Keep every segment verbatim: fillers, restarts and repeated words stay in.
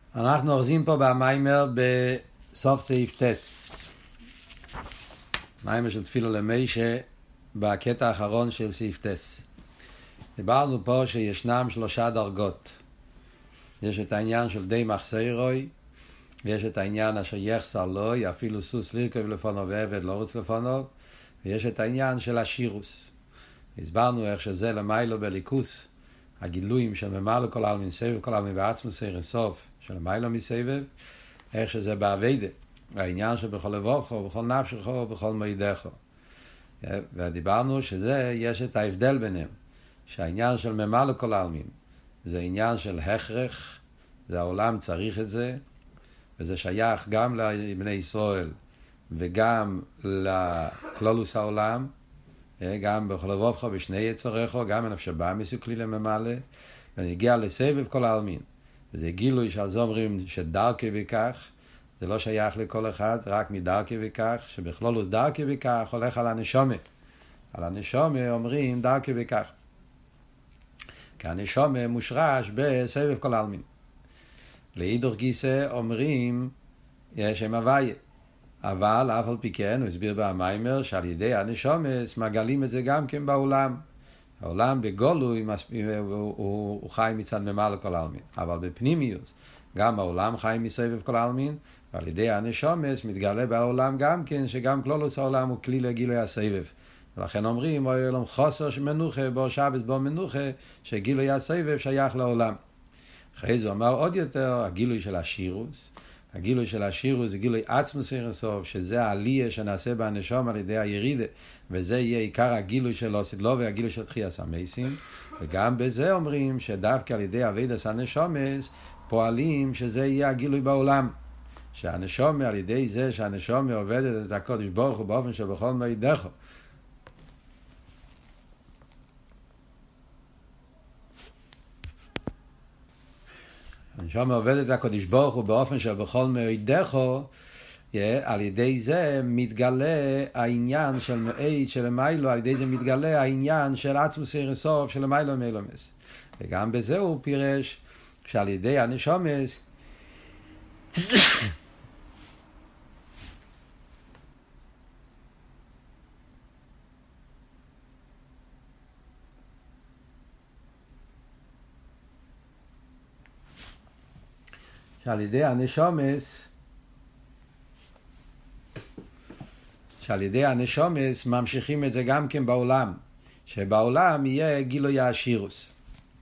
אנחנו אוחזים פה במיימר בסוף סעיף טס. מיימר של תפילו למיישה בקטע האחרון של סעיף טס. דיברנו פה שישנם שלושה דרגות. יש את העניין של די מחסרוי, ויש את העניין אשר יחסר לו, אפילו סוס לרכב לפונו ועבד לא רוץ לפונו, ויש את העניין של השירוס. הסברנו איך שזה למיילו בליכוס, הגילויים של ממלא כל העלמין סבב, כל העלמין בעצמו סיר סוף של מיילו מסבב, איך שזה בעבדה, העניין שבכל לבובך ובכל נפשך ובכל מוידך. ודיברנו שזה, יש את ההבדל ביניהם, שהעניין של ממלא כל העלמין זה עניין של הכרח, זה העולם צריך את זה, וזה שייך גם לבני ישראל וגם לכלולוס העולם, גם בכל לבובך בשני יצורך, גם בנפש הבא מסוכלי לממלא, ואני אגיע לסבב כל העלמין. וזה גילוי שעל זה אומרים שדרכי וכך, זה לא שייך לכל אחד, זה רק מדרכי וכך, שבכלולוס דרכי וכך הולך על הנשומה. על הנשומה אומרים דרכי וכך. כי הנשומה מושרש בסבב כל העלמין. להידור גיסא אומרים יש עם הוויה. אבל אף על פי כן, הוא הסביר במיימר שעל ידי הנשומס מגלים את זה גם כן בעולם. העולם בגולוי הוא, הוא, הוא חי מצד ממלא כל העלמין. אבל בפנימיוס, גם העולם חי מסבב כל העלמין, ועל ידי הנשומס מתגלה בעולם גם כן, שגם כלולוס העולם הוא כלי לגילוי הסבב. ולכן אומרים, אוי אלום חוסר מנוחה, בו שבס בו מנוחה, שגילוי הסבב שייך לעולם. אחרי זה אומר עוד יותר, הגילוי של השירוס, הגילוי של השירוס זה גילוי עצמו סיר סוף, שזה העלייה שנעשה באנשום על ידי הירידה, וזה יהיה עיקר הגילוי של עושית לו והגילוי של תחייס המייסים. וגם בזה אומרים שדווקא על ידי עבודת הנשומס פועלים שזה יהיה הגילוי בעולם, שהנשום על ידי זה שהנשום עובדת את הקודש ברוך הוא באופן שבכל מועדך, הנשמה עובדת את הקדוש ברוך הוא באופן שבכל מועדךו, על ידי זה מתגלה העניין של מעיד של מיילו, על ידי זה מתגלה העניין של עצמו סיר סוף של מיילו מילומס. וגם בזה הוא פירש שעל ידי הנשומס שעל ידי הנשומס שעל ידי הנשומס ממשיכים את זה גם כן בעולם, שבעולם יהיה גילוי השירוס.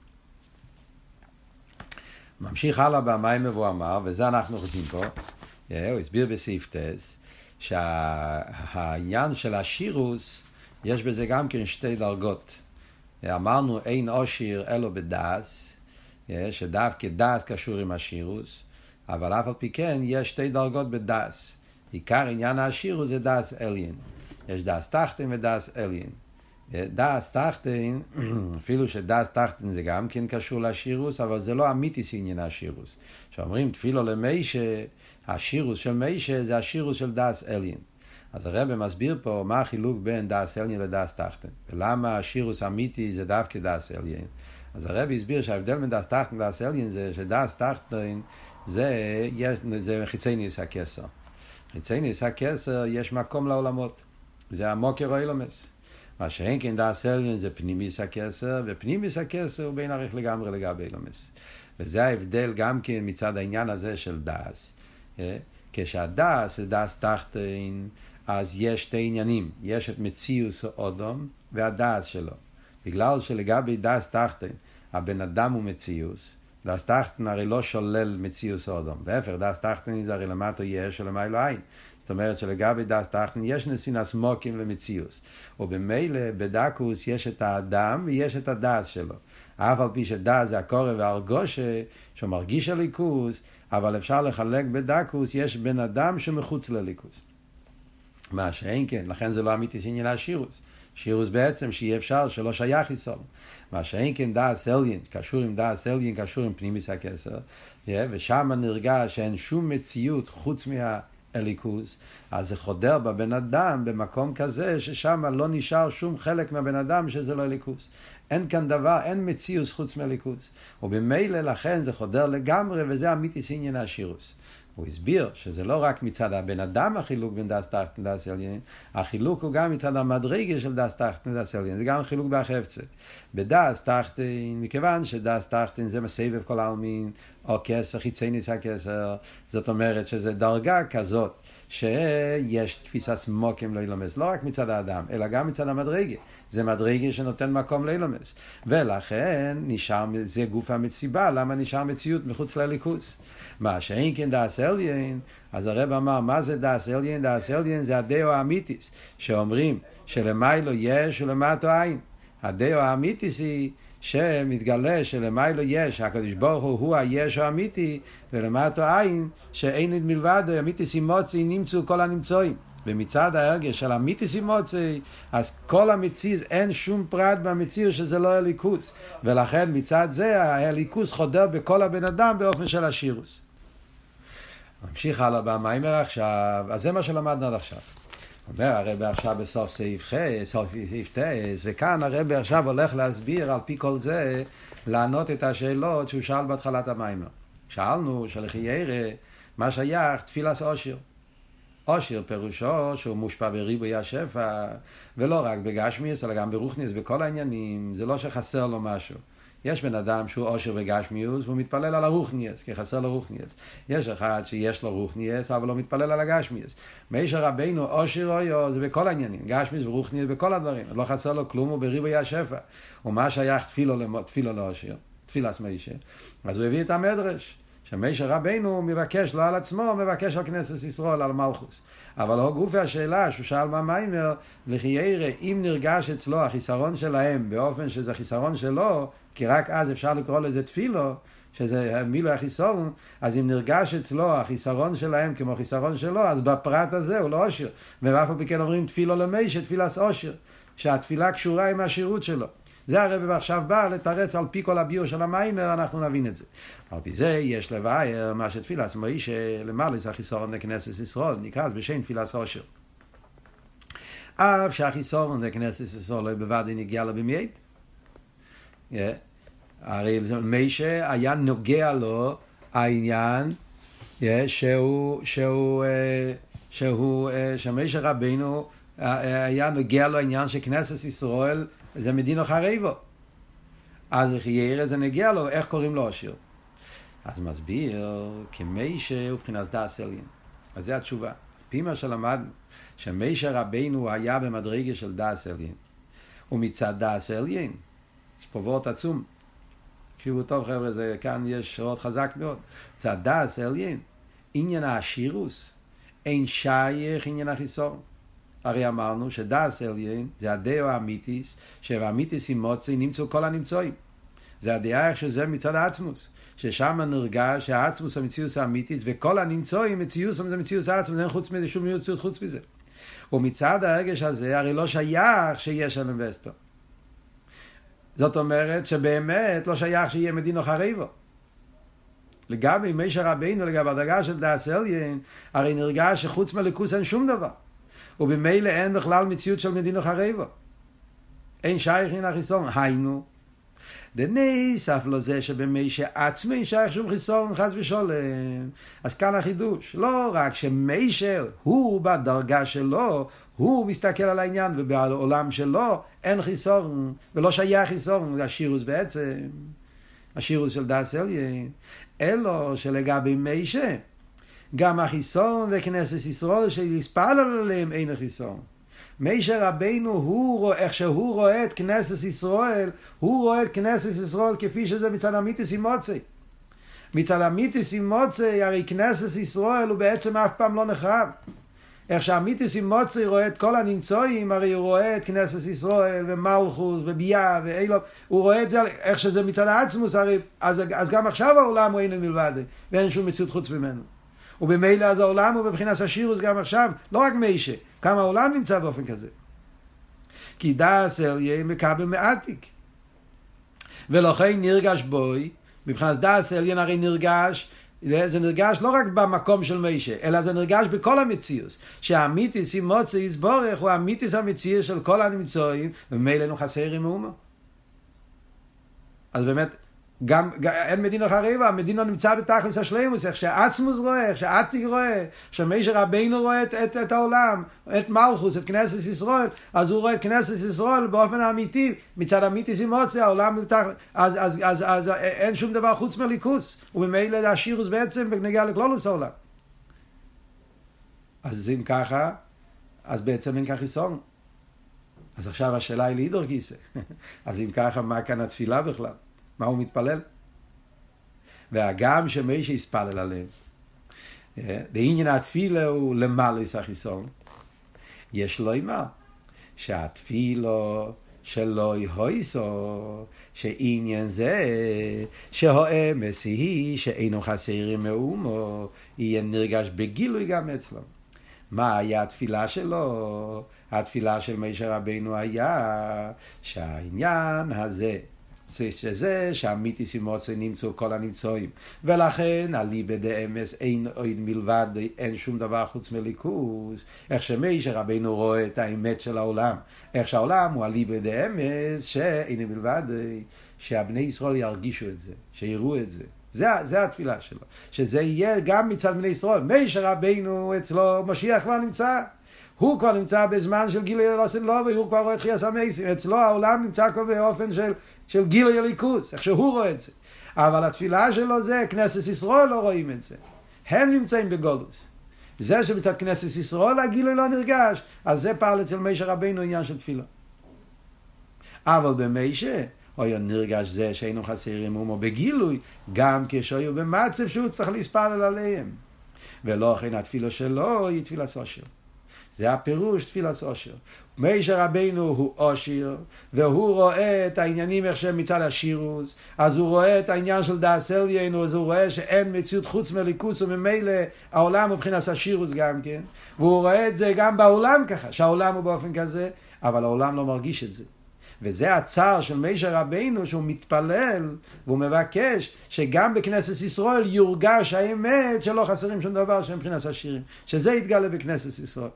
ממשיך הלאה במיימר והוא אמר, וזה אנחנו חוזים פה, הוא הסביר בסעיף טס, שהעניין של השירוס יש בזה גם כן שתי דרגות. אמרנו אין עושיר אלו בדאס, שדווקא דאס קשור עם השירוס, אבל אף על פי כן יש שתי דרגות בדאס. עיקר עניין השירוס זה דאס אליין. יש דאס תחתין ודאס אליין. דאס תחתין, אפילו שדאס תחתין זה גם כן קשור לשירוס, אבל זה לא אמיתיס עניין השירוס. שאומרים תפילו למיישה, השירוס של מיישה זה השירוס של דאס אליין. אז הרב מסביר פה מה החילוק בין דאס אליין לדאס תחתין, ולמה השירוס אמיתי זה דווקא דאס אליין. אז הרב הסביר שההבדל בין דאס תחתין לדאס אליין זה שדאס תחתין זה, יש, זה חיצייניוס הכסר. חיצייניוס הכסר יש מקום לעולמות. זה המוקר האילומס. מה שאין כן דאס עליין זה פנימיוס הכסר, ופנימיוס הכסר הוא בין ערך לגמרי לגבי אילומס. וזה ההבדל גם כן מצד העניין הזה של דאס. כשהדאס זה דאס תחתין, אז יש שתי עניינים. יש את מציאוס האודום והדאס שלו. בגלל שלגבי דאס תחתין, הבן אדם הוא מציאוס, דאס תחתין הרי לא שולל מציאוס האודום. להפך, דאס תחתין זה הרי למטו יש ולמיילו אין. זאת אומרת שלגבי דאס תחתין יש נסינס מוקים למציאוס. ובמילא בדקוס יש את האדם ויש את הדאס שלו. אף על פי שדאס זה הקורא והרגושה שהוא מרגיש הליכוס, אבל אפשר לחלק בדקוס, יש בן אדם שמחוץ לליכוס. מה שאין כן, לכן זה לא אמיתי עניין השירוס. שירוס בעצם שיהיה אפשר שלא שייך איסור. מה שאין כן דאס אליין, קשור עם דאס אליין, קשור עם פנימיוס הכסר, ושם נרגש שאין שום מציאות חוץ אליקוס, אז זה חודר בבן אדם במקום כזה ששם לא נשאר שום חלק מהבן אדם שזה לא אליקוס. אין כאן דבר, אין מציאוס חוץ מאליקוס. ובמילא לכן זה חודר לגמרי, וזה אמיתיס עניין השירוס. הוא הסביר שזה לא רק מצד הבן אדם החילוק בין דאס תחתן לדאס עליין, החילוק הוא גם מצד המדרגה של דאס תחתן לדאס עליין, זה גם חילוק בחפצה. בדאס תחתן, מכיוון שדאס תחתן זה מסבב כל העלמין, או כסר, חיצייניס הכסר, זאת אומרת שזה דרגה כזאת, שיש תפיסת מוקים לא ילמס, לא רק מצד האדם, אלא גם מצד המדרגה. זה מדרגה שנותן מקום לילמס. ולכן נשאר, זה גוף המציבה, למה נשאר מציאות מחוץ לליכוס? מה שאין כן דאס עליין, אז הרב אמר, מה זה דאס עליין? דאס עליין זה הדאו האמיתיס, שאומרים שלמיילו יש ולמטו אין. הדאו האמיתיס היא שמתגלה שלמיילו יש, הקדוש ברוך הוא הוא היש האמיתי, ולמטו אין, שאין מלבד האמיתיס אימוצי נמצאו כל הנמצאים. ומצד ההרגש של אמיתיס אימוצי, אז כל המציז, אין שום פרט במציאות שזה לא אליקוס. ולכן מצד זה האליקוס חודר בכל הבן אדם באופן של השירוס. ממשיך הלאה במיימר עכשיו, אז זה מה שלמדנו עד עכשיו. אומר הרב עכשיו בסוף סעיף חס, סוף סעיף תס, וכאן הרב עכשיו הולך להסביר על פי כל זה, לענות את השאלות שהוא שאל בהתחלת המיימר. שאלנו שלכי ירא, מה שייך תפילת עושר. עושר פירושו שהוא מושפע בריבוי השפע, ולא רק בגשמיאס, אלא גם ברוחניאס, בכל העניינים, זה לא שחסר לו משהו. יש בן אדם שהוא עושר בגשמיאס, והוא מתפלל על הרוחניאס, כי חסר לו רוחניאס. יש אחד שיש לו רוחניאס, אבל לא מתפלל על הגשמיאס. משה רבינו עושר אויו, זה בכל העניינים, גשמיאס ורוחניאס, בכל הדברים. לא חסר לו כלום, הוא בריבוי השפע. ומה שייך תפילו, תפילו לעושר, תפילת משה. אז הוא הביא את המדרש. שמשה רבינו מבקש לא על עצמו, מבקש על כנסת ישראל, על מלכוס. אבל הוא גוף השאלה שהוא שאל במיימר, לכי ירא, אם נרגש אצלו החיסרון שלהם, באופן שזה חיסרון שלו, כי רק אז אפשר לקרוא לזה תפילו, שזה מילוי החיסרון, אז אם נרגש אצלו החיסרון שלהם כמו חיסרון שלו, אז בפרט הזה הוא לא עושר. ואף בכן אומרים תפילו למשה, תפילת עושר, שהתפילה קשורה עם השירות שלו. זה הרב עכשיו בא לתרץ על פי כל הביור של המיימר, אנחנו נבין את זה. על פי זה יש לבאר מה שתפילת משה למעלה זה החיסרון לכנסת ישראל, נקרא בשם תפילת עושר. אף שהחיסרון לכנסת ישראל לא בוודאי נגיע לו במייט. הרי משה היה נוגע לו העניין שהוא, שהוא, שהוא, שמשה רבינו היה נוגע לו העניין שכנסת ישראל זה מדינו חריבו. אז חיירה זה נגיע לו, איך קוראים לו עושר? אז מסביר, כמשה הוא בחינת דאס עליין. אז זה התשובה. פי מה שלמדנו, שמשה רבינו היה במדרגה של דאס עליין. ומצד דאס עליין, יש פה וורט עצום. תקשיבו טוב חבר'ה, זה, כאן יש וורט חזק מאוד. מצד דאס עליין, עניין השירוס, אין שייך עניין החיסרון. הרי אמרנו שדאס עליין זה הדאו האמיתיס, שבאמיתיס אימוצי נמצאו כל הנמצאים. זה הדעה איך שזה מצד העצמוס, ששם נרגש שהעצמוס המציאוס האמיתיס, וכל הנמצאים מציאוס זה מציאוס העצמוס, אין חוץ מזה שום מציאות חוץ מזה. ומצד הרגש הזה הרי לא שייך שיש אלם וסתר. זאת אומרת שבאמת לא שייך שיהיה מדינו חריבו. לגבי משה רבינו, לגבי הדרגה של דאס עליין, הרי נרגש שחוץ מליכוס אין שום דבר. ובמילא אין בכלל מציאות של מדינו חריבו. אין שייך אין החיסרון. היינו, דניס אף לא זה שבמשה עצמו אין שייך שום חיסרון חס ושולם. אז כאן החידוש. לא רק שמשה הוא בדרגה שלו, הוא מסתכל על העניין, ובעולם שלו אין חיסרון, ולא שייך חיסרון. זה השירוס בעצם. השירוס של דאס עליין. אלו שלגבי משה, גם החיסרון וכנסת ישראל שיספל עליהם אין החיסרון. משה רבינו הוא רואה, איך שהוא רואה את כנסת ישראל, הוא רואה את כנסת ישראל כפי שזה מצד אמיתיס אימוצי. מצד אמיתיס אימוצי, הרי כנסת ישראל הוא בעצם אף פעם לא נחרב. איך שאמיתיס אימוצי רואה את כל הנמצאים, הרי הוא רואה את כנסת ישראל ומלכוס וביאה ואילוב, הוא רואה את זה איך שזה מצד העצמוס, הרי, אז, אז גם עכשיו העולם הוא אין מלבד, ואין שום מציאות חוץ ממנו. ובמילא אז העולם הוא בבחינת השירוס גם עכשיו, לא רק משה, כמה העולם נמצא באופן כזה. כי דאס עליין מקבל מעתיק. ולכן נרגש בוי, מבחינת דאס עליין הרי נרגש זה נרגש לא רק במקום של משה, אלא זה נרגש בכל המציאות. שהאמיתיס עם מוצא יסבורך הוא האמיתיס המציאות של כל הנמצאים, ומילא חסרים מאומה. אז באמת, גם, אין מדינה אחריבה, המדינה נמצא בתכלס השלימוס, איך שעצמוס רואה, איך שעתיק רואה, שמשה רבינו רואה את, את, את העולם, את מלכוס, את כנסת ישראל, אז הוא רואה את כנסת ישראל באופן האמיתי, מצד אמיתיס עם מוצא, העולם בתכלס, אז, אז, אז, אז, אז אין שום דבר חוץ מליכוס, וממילא השירוס בעצם בנגיע לכלולוס העולם. אז אם ככה, אז בעצם אין כך חיסון. אז עכשיו השאלה היא להידור כיסא. אז אם ככה, מה כאן התפילה בכלל? מה הוא מתפלל? והגם שמשה יספלל עליהם, לעניין התפילה הוא למעלה החיסון, יש לו אימה, שהתפילו שלא יהויסו, שעניין זה, שהאמס היא, שאינו חסרים מאומו, יהיה נרגש בגילוי גם אצלו. מה היה התפילה שלו? התפילה של משה רבינו היה שהעניין הזה, שזה שהאמיתיס עם מוצא נמצאו כל הנמצאים, ולכן אליבא דאמס אין עוד מלבד, אין שום דבר חוץ מליכוס. איך שמשה רבינו רואה את האמת של העולם, איך שהעולם הוא אליבא דאמס שאין מלבד, שהבני ישראל ירגישו את זה, שיראו את זה. זה, זה התפילה שלו, שזה יהיה גם מצד בני ישראל. משה רבינו אצלו משיח כבר נמצא, הוא כבר נמצא בזמן של גילוי אלוהים לו, והוא כבר רואה את חייס המייסים. אצלו העולם נמצא כבר באופן של, של גילוי הליכוס, איך שהוא רואה את זה. אבל התפילה שלו זה, כנסת ישראל לא רואים את זה. הם נמצאים בגולוס. זה שבצד כנסת ישראל הגילוי לא נרגש, אז זה פעל אצל משה רבינו עניין של תפילה. אבל במשה, היה נרגש זה שאינו חסרים מאומו בגילוי, גם כשהיו במצב שהוא צריך להספלל עליהם. ולא אחרי התפילה שלו, היא תפילה סושר. זה הפירוש תפילה סושר. משה רבינו הוא אושר, והוא רואה את העניינים איך שהם מצד השירוס, אז הוא רואה את העניין של דאס עליון, אז הוא רואה שאין מציאות חוץ מליכוס, וממילא העולם הוא מבחינת השירוס גם כן, והוא רואה את זה גם בעולם ככה, שהעולם הוא באופן כזה, אבל העולם לא מרגיש את זה. וזה הצער של משה רבינו, שהוא מתפלל והוא מבקש שגם בכנסת ישראל יורגש האמת שלא חסרים שום דבר שהם מבחינת השירים, שזה יתגלה בכנסת ישראל.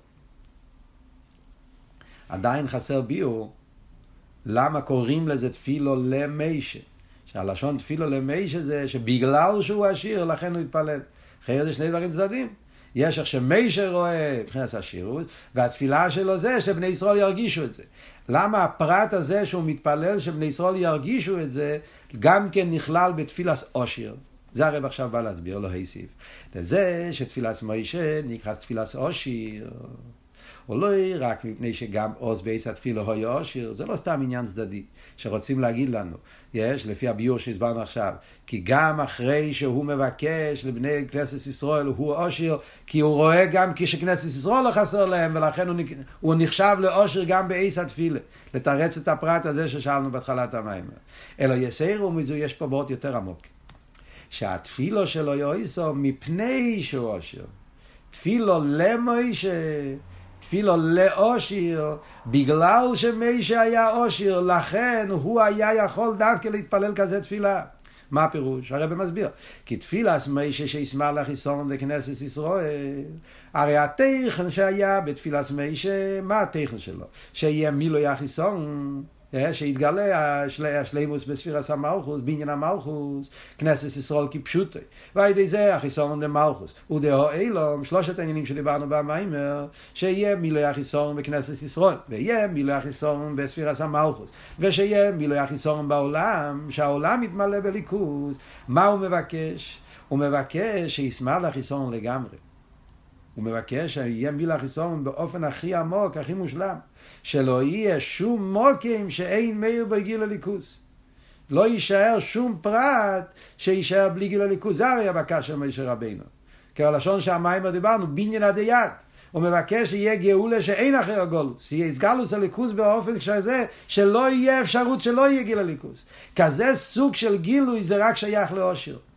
עדיין חסר ביור למה קוראים לזה תפילו למשה, שהלשון תפילו למשה זה שבגלל שהוא עשיר לכן הוא יתפלל. אחרי זה שני דברים צדדים, יש איך שמשה רואה מבחינת השירות, והתפילה שלו זה שבני ישראל ירגישו את זה. למה הפרט הזה שהוא מתפלל שבני ישראל ירגישו את זה גם כן נכלל בתפילת אושר? זה הרב עכשיו בא להסביר לו היסיף לזה שתפילת משה נקרא תפילת אושר, או לא רק מפני שגם עוז בעץ התפילה היה אושר. זה לא סתם עניין צדדי שרוצים להגיד לנו, יש לפי הביור שהסברנו עכשיו, כי גם אחרי שהוא מבקש לבני כנסת ישראל הוא אושר, כי הוא רואה גם כשכנסת ישראל לא חסר להם, ולכן הוא, הוא נחשב לאושר גם בעץ התפילה, לתרץ את הפרט הזה ששאלנו בהתחלת המים. אלא יסיירו מזו, יש פה באות יותר עמוק, שהתפילה שלו יויסו מפני שהוא אושר, תפילה למשה, תפילו לאושר, בגלל שמשה היה אושר, לכן הוא היה יכול דווקא להתפלל כזה תפילה. מה הפירוש? הרב מסביר. כי תפילת משה שישמר לחיסון בכנסת ישראל, הרי התכן שהיה בתפילת משה, מה התכן שלו? שיהיה מילוי החיסון, שיתגלה השלימוס בספירת המלכוס, בניין המלכוס, כנסת ישראל כפשוטי. ועל זה החיסון דמלכוס. ודהו אילום, שלושת העניינים שדיברנו במיימר, שיהיה מילוי החיסון בכנסת ישראל, ויהיה מילוי החיסון בספירת המלכוס, ושיהיה מילוי החיסון בעולם, שהעולם יתמלא בליכוס. מה הוא מבקש? הוא מבקש שישמר לחיסון לגמרי. הוא מבקש שיהיה מילוי החיסון באופן הכי עמוק, הכי מושלם. שלא יהיה שום מוקים שאין מאיר בגיל הליכוס. לא יישאר שום פרט שישאר בלי גיל הליכוס. זה הרי הבקשה של משה רבינו. כי הלשון שהמים דיברנו, בניין עד יד. הוא מבקש שיהיה גאולה שאין אחרי הגולוס. שיהיה הסגלוס הליכוס באופן כזה, שלא יהיה אפשרות שלא יהיה גיל הליכוס. כזה סוג של גילוי זה רק שייך לאושר.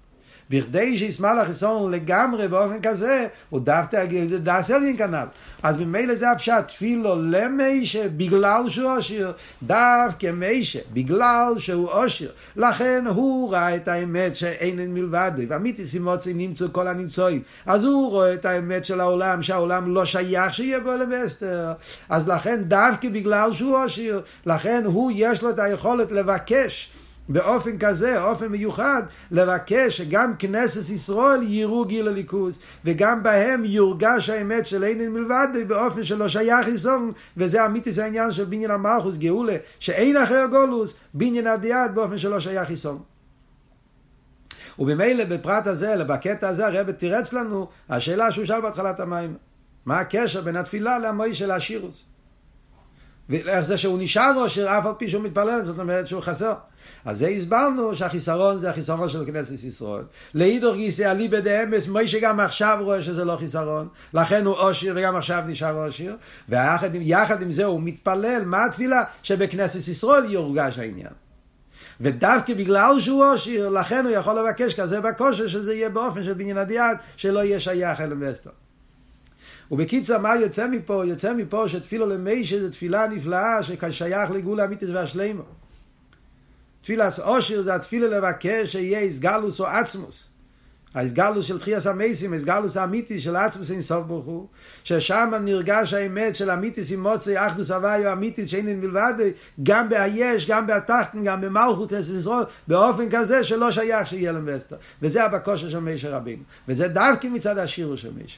בכדי שישמע לחיסון לגמרי באופן כזה, הוא דווקא דאס עליין כנ"ל. אז ממילא זה הפשט, תפילו למיישה בגלל שהוא עשיר, דווקא מיישה בגלל שהוא עשיר, לכן הוא ראה את האמת שאין מלבד, והמיתיס מוצאי נמצאו כל הנמצאים, אז הוא רואה את האמת של העולם, שהעולם לא שייך שיהיה בו למסתר, אז לכן דווקא בגלל שהוא עשיר, לכן הוא יש לו את היכולת לבקש באופן כזה, אופן מיוחד, לבקש שגם כנסת ישראל יראו גיל הליכוז, וגם בהם יורגש האמת של אין מלבד, באופן שלא שייך איסון, וזה אמיתיס העניין של בניין המלכוס, גאולה, שאין אחר גולוס, בניין הדיעד באופן שלא שייך איסון. ובמילא בפרט הזה, בקטע הזה, הרב תירץ לנו, השאלה שהוא שאל בהתחלת המים, מה הקשר בין התפילה למוי של השירוס? ואיך זה שהוא נשאר עושר אף על פי שהוא מתפלל, זאת אומרת שהוא חסר. אז זה הסברנו שהחיסרון זה החיסרון של כנסת ישראל. להידור גיסא עלי בדאמס, מי שגם עכשיו רואה שזה לא חיסרון, לכן הוא עושר וגם עכשיו נשאר עושר, ויחד עם, יחד עם זה הוא מתפלל, מה התפילה? שבכנסת ישראל יורגש העניין. ודווקא בגלל שהוא עושר, לכן הוא יכול לבקש כזה בקושר, שזה יהיה באופן של בניין הדיעד, שלא יהיה שייך אל המסתר. ובקיצר, מה יוצא מפה? יוצא מפה שתפילו למיישה זה תפילה נפלאה ששייך לגאולה אמיתית והשלמה. תפילת עושר זה התפילה לבקש שיהיה איסגלוס או עצמוס. האיסגלוס של תחיית המייסים, האיסגלוס האמיתי של עצמוס אין סוף ברוך הוא, ששם נרגש האמת של אמיתיס עם מוצאי אחדוס הוויה אמיתית שאין מלבד, גם בהיש, גם בהתחתן, גם במלכות כנסת ישראל, באופן כזה שלא שייך שיהיה למסתר. וזה הבקשה של משה רבינו. וזה דווקא מצד השירו של משה.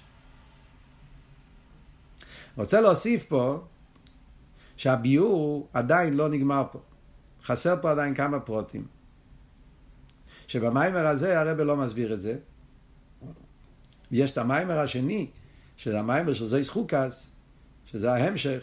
רוצה להוסיף פה שהביור עדיין לא נגמר פה. חסר פה עדיין כמה פרוטים. שבמיימר הזה הרב לא מסביר את זה. יש את המיימר השני, שזה המיימר של זייס חוקס, שזה ההמשך,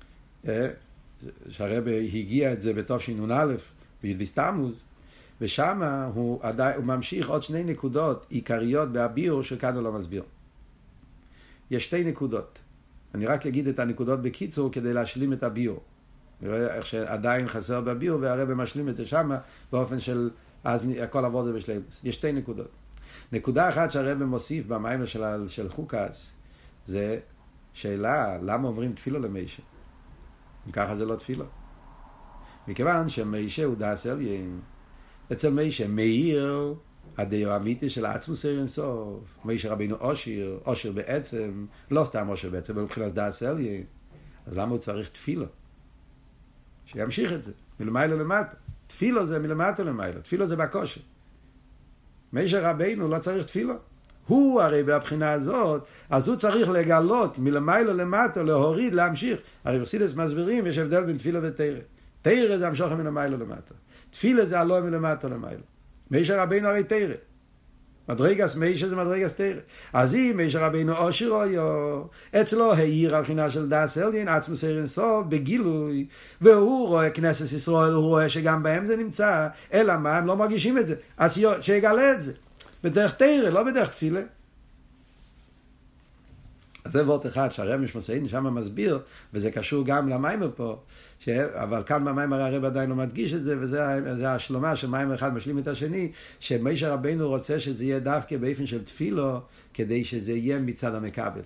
שהרב הגיע את זה בתוף שינון א' בי"ד תמוז, ושם הוא, עדיין, הוא ממשיך עוד שני נקודות עיקריות בהביור שכאן הוא לא מסביר. יש שתי נקודות. אני רק אגיד את הנקודות בקיצור כדי להשלים את הביור. נראה איך שעדיין חסר בביור, והרבא משלים את זה שם באופן של, אז הכל עבור זה בשלימוס. יש שתי נקודות. נקודה אחת שהרבא מוסיף במיימר של, של חוקס, זה שאלה, למה אומרים תפילו למיישה? אם ככה זה לא תפילו. מכיוון שמיישה הוא דאס עליין. אצל מיישה מאיר הדיו האמיתי של עצמוס אין סוף. מיישה רבינו אושר, אושר בעצם, לא סתם אושר בעצם, אבל מבחינת דאס עליין. אז למה הוא צריך תפילו? שימשיך את זה, מלמעלה למטה. תפילו זה מלמטה למעלה, תפילו זה בקושי. משה רבינו לא צריך תפילו. הוא הרי בבחינה הזאת, אז הוא צריך לגלות מלמעלה למטה, להוריד, להמשיך. הרי בחסידות מסבירים, יש הבדל בין תפילה ותורה. תורה זה המשוך מלמעלה למטה. תפילה זה הלא מלמטה למעלה. משה רבינו הרי תורה. מדרגס מיישה זה מדרגס תורה. אז אם מיישה רבינו אושר אויו, אצלו העיר הבחינה של דאס עליין, עצמוס אין סוף, בגילוי, והוא רואה כנסת ישראל, הוא רואה שגם בהם זה נמצא, אלא מה, הם לא מרגישים את זה, אז שיגלה את זה, בדרך תורה, לא בדרך תפילה. אז זה וורט אחד שהרב משמעסיין שם מסביר, וזה קשור גם למיימר פה, ש... אבל כאן במיימר הרב עדיין לא מדגיש את זה, וזה השלמה שמיימר אחד משלים את השני, שמשה רבינו רוצה שזה יהיה דווקא באופן של תפילו, כדי שזה יהיה מצד המקבל.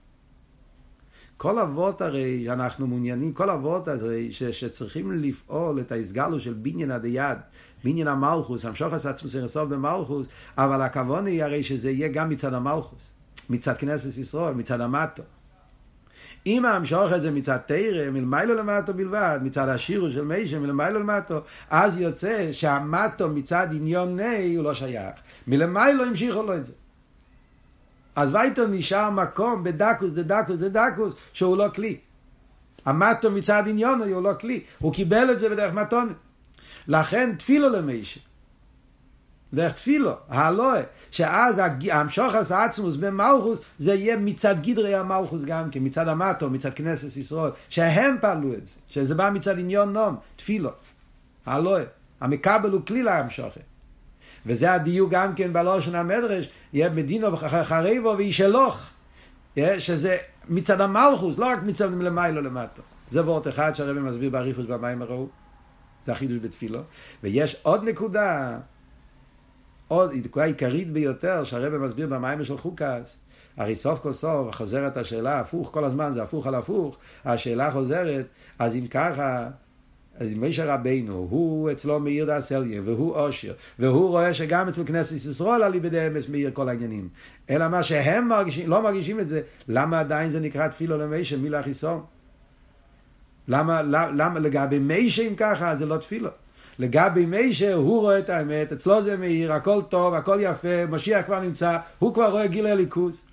כל אבות הרי שאנחנו מעוניינים, כל אבות הרי ש... שצריכים לפעול את ההסגלו של בניין הדיעד, בניין המלכוס, המשוך עצמוס הרסוף במלכוס, אבל הכוונה היא הרי שזה יהיה גם מצד המלכוס. מצד כנסת ישראל, מצד המטו. אם המשוך הזה מצד תורה, מלמיילו למטו בלבד, מצד השירו של מיישה, מלמיילו למטו, אז יוצא שהמטו מצד עניון נאי הוא לא שייך. מלמיילו המשיכו לו את זה. אז ואיתו נשאר מקום בדקוס, דדקוס, דדקוס, שהוא לא כלי. המטו מצד עניון הוא לא כלי. הוא קיבל את זה בדרך מתון. לכן תפילו למיישה. דרך תפילו, הלואה, שאז המשוך העצמוס במלכוס, זה יהיה מצד גדרי המלכוס גם כן, מצד המטו, מצד כנסת ישראל, שהם פעלו את זה, שזה בא מצד עניון נום, תפילו, הלואה, המקבל הוא כלי להמשוך. וזה הדיוק גם כן בלושן המדרש, יהיה מדינו חריבו וישלוך, שזה מצד המלכוס, לא רק מצד מלמיילו למטו. זה וורט אחד שהרבי מסביר באריכות במים הראו, זה החידוש בתפילו. ויש עוד נקודה, עוד, הנקודה העיקרית ביותר שהרבא מסביר במיימר של חוקס, הרי סוף כל סוף חוזרת השאלה הפוך, כל הזמן זה הפוך על הפוך, השאלה חוזרת, אז אם ככה, אז משה רבינו, הוא אצלו מאיר דאס עליון, והוא עושר, והוא רואה שגם אצל כנסת ישראל על ידי אמס מאיר כל העניינים. אלא מה שהם מרגישים, לא מרגישים את זה, למה עדיין זה נקרא תפילו למשה, מילה החיסון? למה, למה, לגבי משה אם ככה, זה לא תפילו. לגבי משה, הוא רואה את האמת, אצלו זה מאיר, הכל טוב, הכל יפה, משיח כבר נמצא, הוא כבר רואה גיל הליכוז.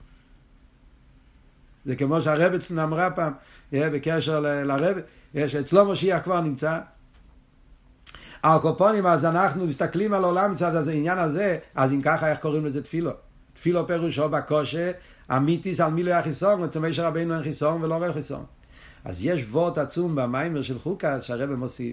זה כמו שהרבצן אמרה פעם, בקשר לרב, שאצלו משיח כבר נמצא. הקופונים, אז אנחנו מסתכלים על העולם מצד הזה, העניין הזה, אז אם ככה, איך קוראים לזה תפילו? תפילו פירושו בקושה, אמיתיס על מילוי החיסון, אצל משה רבינו אין חיסון ולא רואה חיסון. אז יש וורט עצום במיימר של חוקס, שהרבא מוסיף,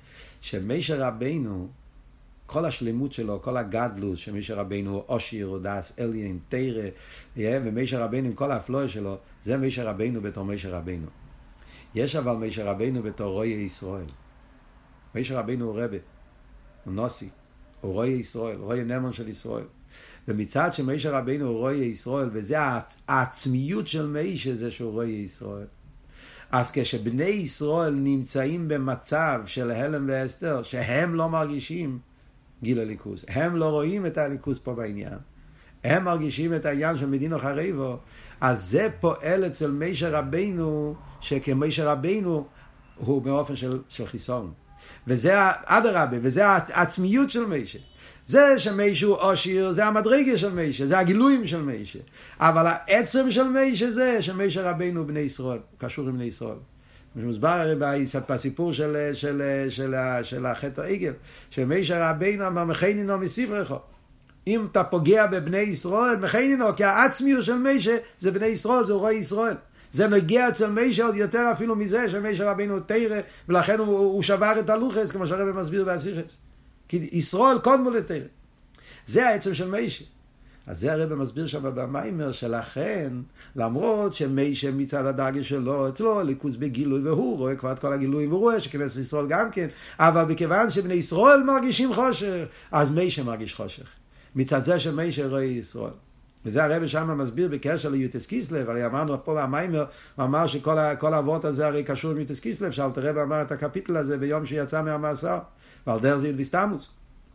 שמשה רבינו, כל השלמות שלו, כל הגדלות, שמשה רבינו הוא אושיר, הוא דאס עליון, תירה, ומשה רבינו עם כל האפלואה שלו, זה משה רבינו בתור משה רבינו. יש אבל משה רבינו בתור רואי ישראל. משה רבינו הוא רבה, הוא נוסי, הוא רואי ישראל, רואי נאמן של ישראל. ומצד שמשה רבינו הוא רואי ישראל, וזה העצמיות של משה, זה שהוא רואי ישראל. אז כשבני ישראל נמצאים במצב של הלם ואסתר, שהם לא מרגישים גיל הליכוז, הם לא רואים את הליכוז פה בעניין, הם מרגישים את העניין של מדינו חריבו, אז זה פועל אצל משה רבינו, שכמשה רבינו הוא באופן של, של חיסון. וזה אדרבה, וזה העצמיות של משה. זה שמשה הוא אושיר, זה המדרגה של משה, זה הגילויים של משה. אבל העצם של משה זה שמשה רבינו בני ישראל, קשור עם בני ישראל. מוסבר בסיפור של, של, של, של החטא העגל, שמשה רבינו אמר מכנינו מספרך. אם אתה פוגע בבני ישראל, מכנינו, כי העצמיות של משה זה בני ישראל, זה רואי ישראל. זה נגיע אצל משה עוד יותר אפילו מזה, שמשה רבינו תירה, ולכן הוא, הוא שבר את הלוחס, כמו שהרבא מסביר בהסיכס. כי ישראל קודמו לתירה. זה העצם של משה. אז זה הרבא מסביר שם במיימר שלכן, למרות שמשה מצד הדרגה שלו, אצלו ליכוז בגילוי, והוא רואה כבר את כל הגילוי, והוא רואה שכנסת ישראל גם כן, אבל מכיוון שבני ישראל מרגישים חושך, אז משה מרגיש חושך. מצד זה שמשה רואה ישראל. וזה הרבא שם מסביר בקשר ליוטס קיסלב, הרי אמרנו פה במיימר, הוא אמר שכל האבות הזה הרי קשור עם יוטס קיסלב, שאלת הרבא אמר את הקפיטל הזה ביום שיצא מהמאסר, ועל דרך זה בסתמוס.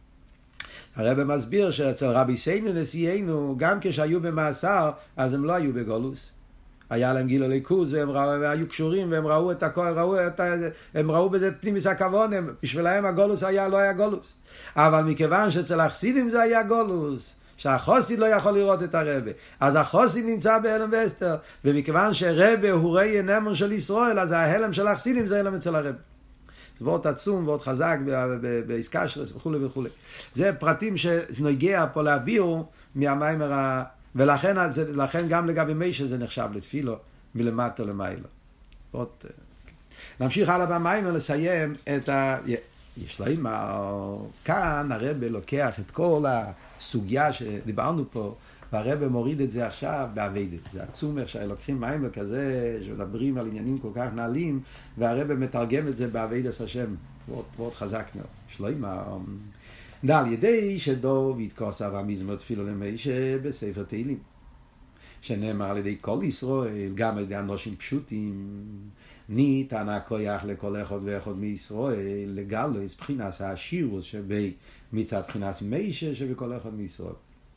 הרבא מסביר שאצל רבי סיינו נשיאנו, גם כשהיו במאסר, אז הם לא היו בגולוס. היה להם גיל הליכוז, והם ראו, היו קשורים, והם ראו את הכל, ראו את, הם ראו בזה פנימיס הכוון, בשבילהם הגולוס היה, לא היה גולוס. אבל מכיוון שאצל החסידים זה היה גולוס, שהחוסיד לא יכול לראות את הרבא, אז החוסיד נמצא בהלם ואסתר, ומכיוון שרבא הוא ראי נאמן של ישראל, אז ההלם של החסידים זה הלם אצל הרבא. זה ועוד עצום ועוד חזק בעסקה שלו וכו' וכו'. זה פרטים שנגיע פה להביאו מהמיימר ה... ולכן לכן גם לגבי משה זה נחשב לתפילו מלמטה למיילו. עוד... נמשיך הלאה במיימר לסיים את ה... יש לו אימא, כאן הרבא לוקח את כל הסוגיה שדיברנו פה, והרבא מוריד את זה עכשיו בעבדת. זה עצום איך שלוקחים מיימר כזה, שמדברים על עניינים כל כך נעלים, והרבא מתרגם את זה בעבדת השם, מאוד, מאוד חזק מאוד. יש לו אימא, על ידי שדוב יתכוסה והמזמור תפילו למשה בספר תהילים, שנאמר על ידי כל ישראל, גם על ידי אנושים פשוטים, ניתן הכוח לכל אחד ואחד מישראל לגלוס בחינס השירוס שבי מצד בחינס משה שבכל אחד מישראל.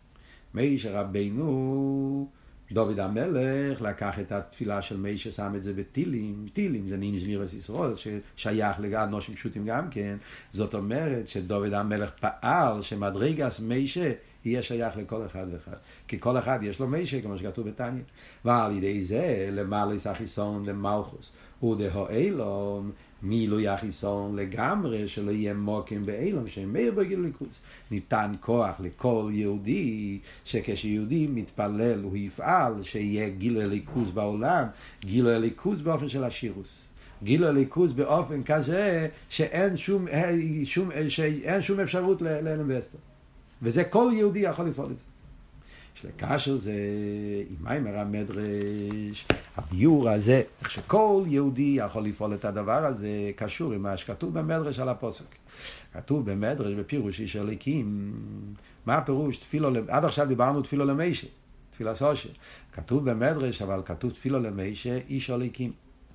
משה רבינו, דוד המלך לקח את התפילה של משה, שם את זה בתילים. תילים זה נעים זמירת ישראל ששייך לאנושים פשוטים גם כן. זאת אומרת שדוד המלך פעל שמדרגס משה יהיה שייך לכל אחד ואחד, כי כל אחד יש לו משה כמו שכתוב בתניא, ועל ידי זה למעלה החיסון למלכוס ודהו אילום מילוי החיסון לגמרי, שלא יהיה מוקים באילום שמאיר בגיל ליכוז. ניתן כוח לכל יהודי שכשיהודי מתפלל הוא יפעל שיהיה גיל הליכוז בעולם, גיל הליכוז באופן של השירוס, גיל הליכוז באופן כזה שאין שום, שום, שאין שום אפשרות להלם ואסתר, וזה כל יהודי יכול לפעול את זה. יש לקשר זה עם מיימר המדרש, הביור הזה, שכל יהודי יכול לפעול את הדבר הזה, קשור עם מה שכתוב במדרש על הפוסק. כתוב במדרש בפירוש איש הליקים, מה הפירוש תפילו, עד עכשיו דיברנו תפילו למשה, תפילה סושר. כתוב במדרש, אבל כתוב תפילו למשה, איש הליקים.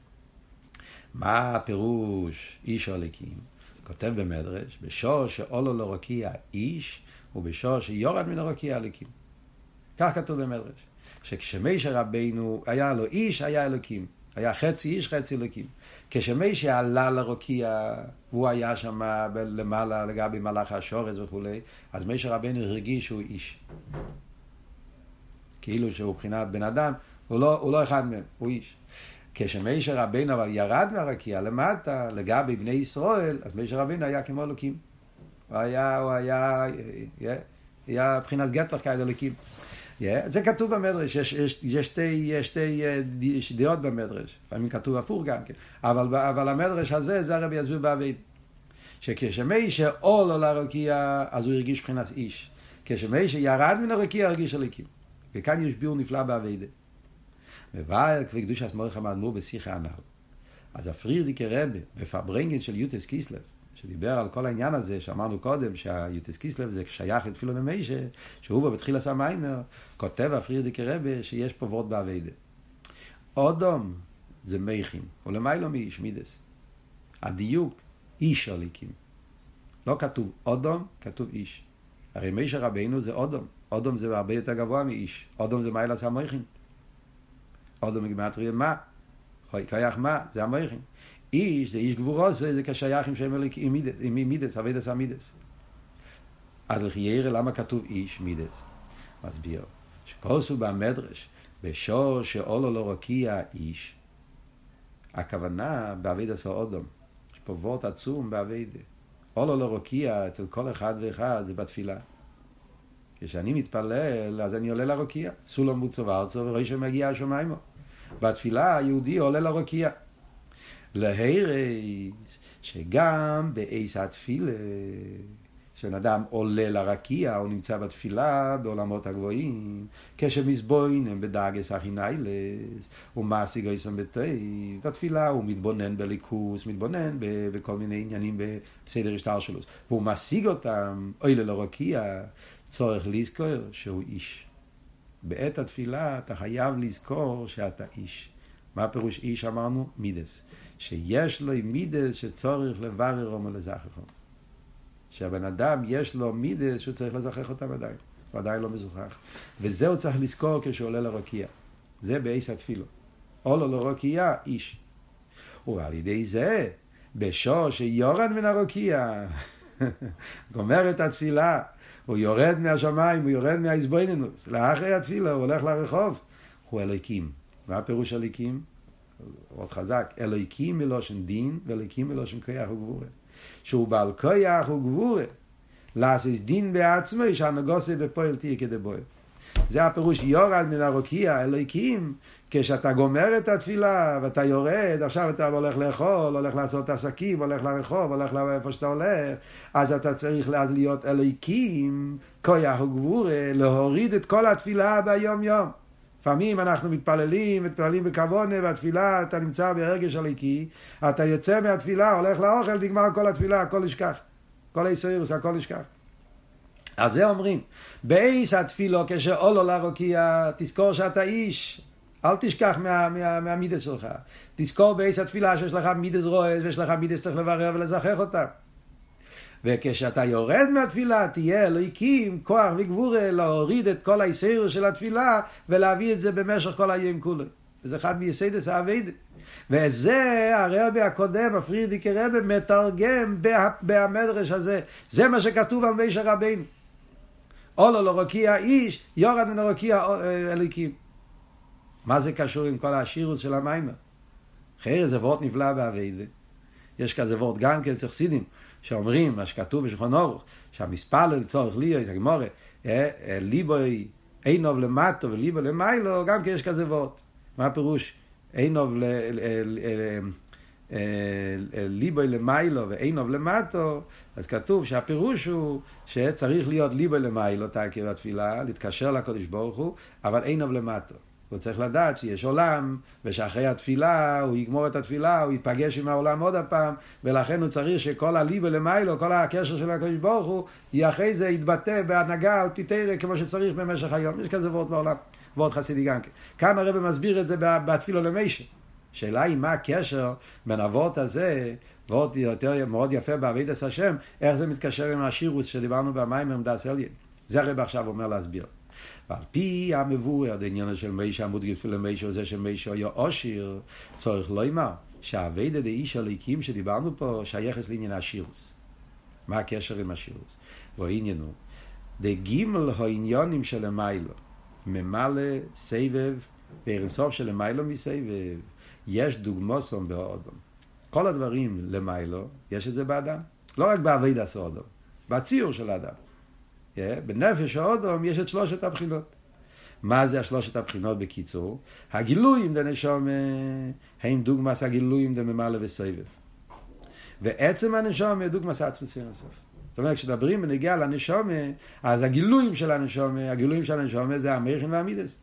מה הפירוש איש הליקים? כותב במדרש, בשור שאולו לא רקיע איש, ובשור שיורד מן הרקיע הליקים. כך כתוב במדרש. שכשמשה רבינו היה לו איש, היה אלוקים. היה חצי איש, חצי אלוקים. כשמשה עלה לרקיע, והוא היה שם למעלה לגבי מלאך השורש וכו', אז משה רבינו הרגיש שהוא איש. כאילו שהוא מבחינת בן אדם, הוא לא, הוא לא אחד מהם, הוא איש. כשמשה רבינו אבל ירד מהרקיע למטה, לגבי בני ישראל, אז משה רבינו היה כמו אלוקים. הוא היה, הוא היה, היה, היה מבחינת גטלך כאלה אלוקים. Yeah, זה כתוב במדרש, יש, יש, יש שתי, יש שתי יש דעות במדרש, לפעמים כתוב הפוך גם כן, אבל, אבל המדרש הזה, זה הרבי יסביר בעבד, שכשמשה עולה לרקיע, אז הוא הרגיש מבחינת איש, כשמשה ירד מן הרקיע, הרגיש אלוקים, וכאן יש ביור נפלא בעבד. ובאר כפי קדושת מורך האדמו"ר בשיחה הנ"ל, אז הפרידיקי רבי, בפברנגן של יוטס קיסלב, שדיבר על כל העניין הזה שאמרנו קודם, שהיוטס קיסלב זה שייך לתפילו למשה, שהוא בתחיל עשה מיימר, כותב הפרידיקי רבי שיש פה וורט בעבודה. אודום זה מייכים, ולמיילו מאיש מידס. הדיוק, איש הליקים. לא כתוב אודום, כתוב איש. הרי משה רבינו זה אודום. אודום זה הרבה יותר גבוה מאיש. אודום זה מייל עשה מייכים. אודום מגמטריה מה? כיח מה? זה המייכים. איש זה איש גבורו, זה, זה כשייך עם שם אליק, עם מידס, עם מידס, אבידס המידס. אז לכי יראה למה כתוב איש מידס. מסביר. שכוסו במדרש, בשור שאולו לא רקיע איש, הכוונה באבידס האודום. יש פה וורט עצום באבידה. אולו לא רקיע אצל כל אחד ואחד זה בתפילה. כשאני מתפלל, אז אני עולה לרקיע. סולום מוצו וארצו וראי שמגיע השומיימו. בתפילה היהודי עולה לרקיע. להירס שגם באיס התפילה שאדם עולה לרקיע הוא נמצא בתפילה בעולמות הגבוהים כשמזבוינם בדאגס הכיניילס ומעסיק איסם בטי בתפילה הוא מתבונן בליכוס מתבונן בכל מיני עניינים בסדר השטר שלו והוא משיג אותם עולה לרקיע צורך לזכור שהוא איש בעת התפילה אתה חייב לזכור שאתה איש מה פירוש איש אמרנו? מידס שיש לו מידס שצורך לברר או לזכחו. שהבן אדם יש לו מידס שהוא צריך לזכח אותם עדיין. הוא עדיין לא מזוכח. וזה הוא צריך לזכור כשהוא עולה לרקיע. זה באיס התפילו. עולה לרקיע איש. ועל ידי זה, בשור שיורד מן הרקיע, גומר את התפילה, הוא יורד מהשמיים, הוא יורד מהעזבוינינוס. לאחרי התפילה הוא הולך לרחוב. הוא אלוקים. מה הפירוש אלוקים? עוד חזק, אלוהיקים מלושן דין ואלוהיקים מלושן כוח וגבורה שהוא בעל כוח וגבורה לעשות דין בעצמו שהנגוסה בפועל תהיה כדבוי זה הפירוש יורד מן הרקיע אלוהיקים כשאתה גומר את התפילה ואתה יורד עכשיו אתה הולך לאכול הולך לעשות עסקים הולך לרחוב הולך לאיפה שאתה הולך אז אתה צריך אז להיות אלוהיקים כוח וגבורה להוריד את כל התפילה ביום יום לפעמים אנחנו מתפללים, מתפללים בכוונה, והתפילה, אתה נמצא בהרגש הליקי, אתה יוצא מהתפילה, הולך לאוכל, נגמר כל התפילה, הכל ישכח. כל היסוירוס, הכל ישכח. אז זה אומרים, באיס התפילו, כשאולו לרקיע, תזכור שאתה איש, אל תשכח מה, מה, מהמידס שלך. תזכור באיס התפילה שיש לך מידס רועז, ויש לך מידס צריך לברר ולזכח אותה. וכשאתה יורד מהתפילה תהיה אלוהיקים, כוח וגבורה להוריד את כל היסר של התפילה ולהביא את זה במשך כל היום כולו. זה אחד מייסדות העבודה. וזה הרבי הקודם, הפרידיקי רבי, מתרגם במדרש הזה. זה מה שכתוב על משה רבינו. עולה לרקיע איש, יורד מן הרקיע אלוהיקים. מה זה קשור עם כל השירוס של המיימר? אחרי זה וורט נפלא בעבודה. יש כזה וורט גם כן חסידים. שאומרים, מה שכתוב בשולחן אורוך, שהמספר לצורך ליבו, זה גמורה, ליבו אינוב למטו וליבו למיילו, גם כי יש כזה וורט. מה הפירוש? אינוב ליבו למיילו ואינוב למטו, אז כתוב שהפירוש הוא שצריך להיות ליבו למיילו, תעקב התפילה, להתקשר לקדוש ברוך הוא, אבל אינוב למטו. הוא צריך לדעת שיש עולם, ושאחרי התפילה הוא יגמור את התפילה, הוא ייפגש עם העולם עוד הפעם, ולכן הוא צריך שכל הליבה למיילו, כל הקשר של הקדוש ברוך הוא, אחרי זה יתבטא בהנהגה על פי תורה כמו שצריך במשך היום. יש כזה וורט בעולם, וורט חסידי גם כן. כאן הרב מסביר את זה בתפילו למשה. שאלה היא מה הקשר בין הוורט הזה, וורט יותר מאוד יפה בעבודת השם, איך זה מתקשר עם השירוס שדיברנו במים עם דאס אליין. זה הרב עכשיו אומר להסביר. ועל פי המבואר העניין של משה המודגש תפילה למשה, זה שמשה היה עשיר, צריך לומר שהעבודה דאיש הליקים שדיברנו פה שייכת לעניין השירוס. מה הקשר עם השירוס? והעניין הוא דגימל העניינים של המיילו ממלא סבב ואירסוף של המיילו מסבב, יש דוגמוסום באדם. כל הדברים למיילו יש את זה באדם, לא רק בעבודת האדם, בציור של האדם. Yeah, בנפש האדם יש את שלושת הבחינות. מה זה השלושת הבחינות בקיצור? הגילויים דנשום הם דוגמס הגילויים דממלא וסבב. ועצם הנשום דוגמס עצמוס אינסוף. זאת אומרת, כשדברים בנגיע לנשום, אז הגילויים של הנשום, הגילויים של הנשום זה המכין והמידס.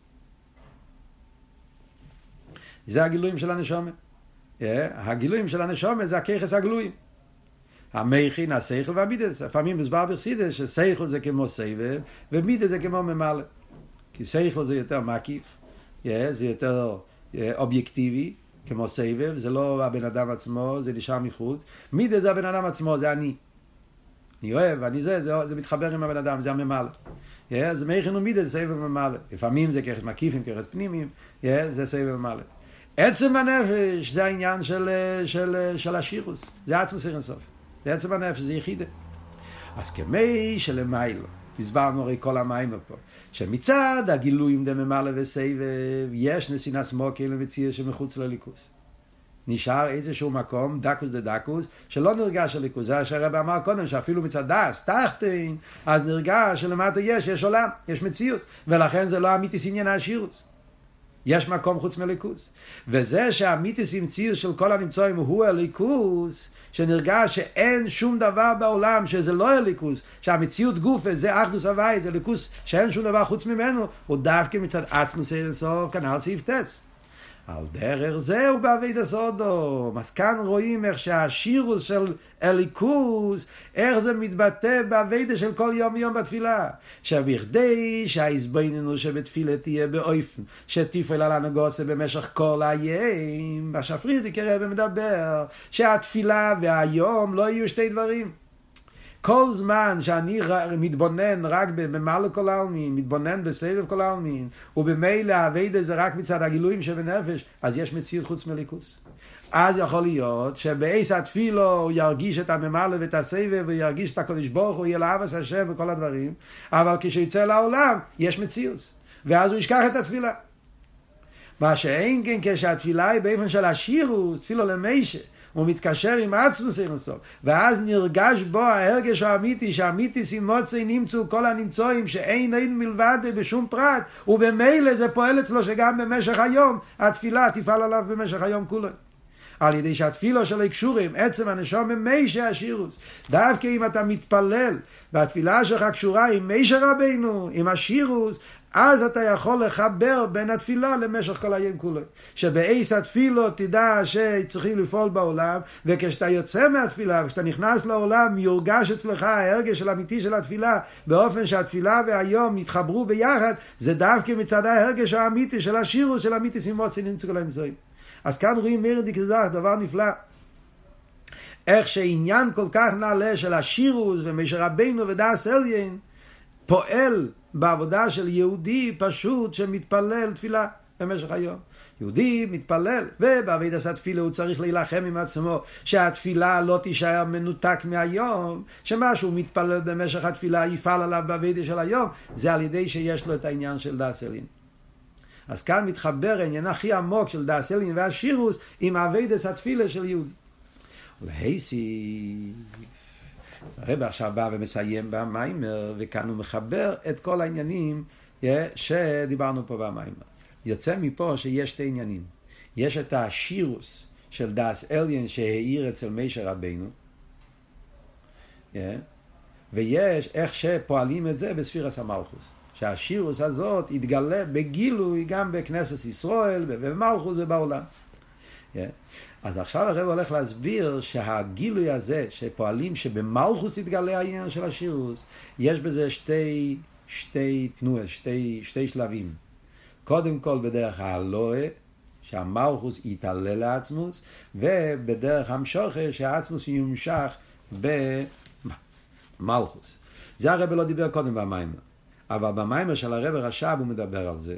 זה הגילויים של הנשום. Yeah, הגילויים של הנשום זה הכיחס הגלויים. המכין, השכל והמידס. לפעמים מסבר בחסידות ששכל זה כמו סבב, ומידס זה כמו ממלא. כי שכל זה יותר מקיף, yeah, זה יותר yeah, אובייקטיבי, כמו סבב, זה לא הבן אדם עצמו, זה נשאר מחוץ. מידס זה הבן אדם עצמו, זה אני. אני אוהב, אני זה, זה, זה מתחבר עם הבן אדם, זה הממלא. Yeah, זה מכין ומידס, זה סבב וממלא. לפעמים זה כרס מקיפים, כרס פנימיים, yeah, זה סבב וממלא. עצם הנפש זה העניין של, של, של השירוס, זה עצמוס אינסוף. זה עצם הנפש, זה יחידה. אז כמי שלמיילו, הסברנו הרי כל המים פה, שמצד הגילויים דממלא וסבב, יש נסינס מוקר למציאות שמחוץ לליכוס. נשאר איזשהו מקום, דקוס דדקוס, שלא נרגש הליכוס. זה שהרב אמר קודם, שאפילו מצד דס, תחתין, אז נרגש שלמטה יש, יש עולם, יש מציאות. ולכן זה לא אמיתיס עניין השירוס. יש מקום חוץ מליכוס. וזה שהאמיתיס מציאות של כל הנמצאים הוא הליכוס, שנרגש שאין שום דבר בעולם שזה לא הליכוס, שהמציאות גוף זה אחדוס הוואי, זה ליכוס שאין שום דבר חוץ ממנו, הוא דווקא מצד עצמוס אינסוף, כנ"ל סעיף טס. על דרך זה הוא בעבודת האדם. אז כאן רואים איך שהשירוס של הליכוס, איך זה מתבטא בעבודה של כל יום יום בתפילה. שבכדי שההתבוננות שבתפילה תהיה באופן שתפעל על הנגוסה במשך כל היום, בשפרידיק הרב מדבר שהתפילה והיום לא יהיו שתי דברים. כל זמן שאני מתבונן רק במעלה כל העלמין, מתבונן בסבב כל העלמין, ובמילא העבודה זה רק מצד הגילויים שבנפש, אז יש מציאות חוץ מליכוס. אז יכול להיות שבעיס התפילו הוא ירגיש את הממלא ואת הסבב, וירגיש את הקדוש ברוך הוא, יהיה לאהבת השם וכל הדברים, אבל כשיצא לעולם יש מציאות, ואז הוא ישכח את התפילה. מה שאין כן כשהתפילה היא באופן של השירוס, תפילו למשה, הוא מתקשר עם עצמוס אינסוף, ואז נרגש בו ההרגש האמיתי, שהאמיתי סימוצי נמצאו כל הנמצאים, שאין אין מלבד בשום פרט, ובמילא זה פועל אצלו שגם במשך היום, התפילה תפעל עליו במשך היום כולו. על ידי שהתפילו של הקשורים, עצם הנשום עם משה השירוס, דווקא אם אתה מתפלל, והתפילה שלך קשורה עם משה רבינו, עם השירוס, אז אתה יכול לחבר בין התפילה למשך כל היום כולו. שבאיס התפילו תדע שצריכים לפעול בעולם, וכשאתה יוצא מהתפילה, וכשאתה נכנס לעולם, יורגש אצלך ההרגש של אמיתי של התפילה, באופן שהתפילה והיום יתחברו ביחד, זה דווקא מצד ההרגש האמיתי של השירוס, של אמיתי סימוצי נמצאו כל הנמצאים. אז כאן רואים מרדיק זה דבר נפלא. איך שעניין כל כך נעלה של השירוס ומשה רבינו ודאס אליין, פועל בעבודה של יהודי פשוט שמתפלל תפילה במשך היום. יהודי מתפלל, ובעבודת התפילה הוא צריך להילחם עם עצמו שהתפילה לא תישאר מנותק מהיום, שמשהו מתפלל במשך התפילה יפעל עליו בעבודה של היום, זה על ידי שיש לו את העניין של דאס אליין. אז כאן מתחבר העניין הכי עמוק של דאס אליין והשירוס עם עבודת התפילה של יהודי. ולהיסי הרב עכשיו בא ומסיים במיימר, וכאן הוא מחבר את כל העניינים שדיברנו פה במיימר. יוצא מפה שיש שתי עניינים. יש את השירוס של דאס אליין שהאיר אצל משה רבינו, ויש איך שפועלים את זה בספירס המלכוס, שהשירוס הזאת יתגלה בגילוי גם בכנסת ישראל, במלכות ובעולם. Yeah. אז עכשיו הרב הולך להסביר שהגילוי הזה שפועלים שבמלכות יתגלה העניין של השירוס, יש בזה שתי, שתי תנועות, שתי, שתי שלבים. קודם כל בדרך האלוהה, שהמלכות יתעלה לעצמוס, ובדרך המשוכה שהעצמוס יומשך במלכות. זה הרב לא דיבר קודם במיימר, אבל במיימר של הרב רש"ב הוא מדבר על זה.